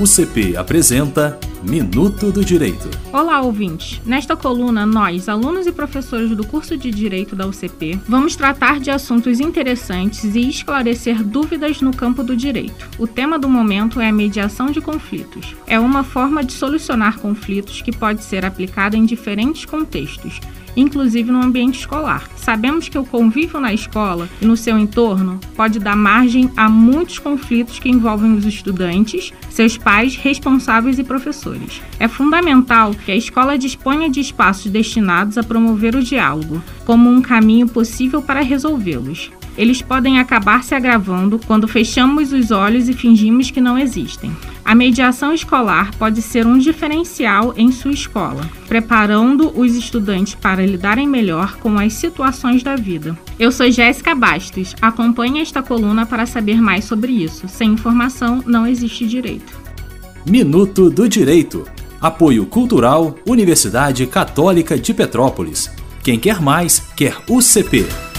UCP apresenta Minuto do Direito. Olá, ouvintes! Nesta coluna, nós, alunos e professores do curso de Direito da UCP, vamos tratar de assuntos interessantes e esclarecer dúvidas no campo do direito. O tema do momento é a mediação de conflitos. É uma forma de solucionar conflitos que pode ser aplicada em diferentes contextos, inclusive no ambiente escolar. Sabemos que o convívio na escola e no seu entorno pode dar margem a muitos conflitos que envolvem os estudantes, seus pais, responsáveis e professores. É fundamental que a escola disponha de espaços destinados a promover o diálogo, como um caminho possível para resolvê-los. Eles podem acabar se agravando quando fechamos os olhos e fingimos que não existem. A mediação escolar pode ser um diferencial em sua escola, preparando os estudantes para lidarem melhor com as situações da vida. Eu sou Jéssica Bastos. Acompanhe esta coluna para saber mais sobre isso. Sem informação, não existe direito. Minuto do Direito. Apoio Cultural, Universidade Católica de Petrópolis. Quem quer mais, quer UCP.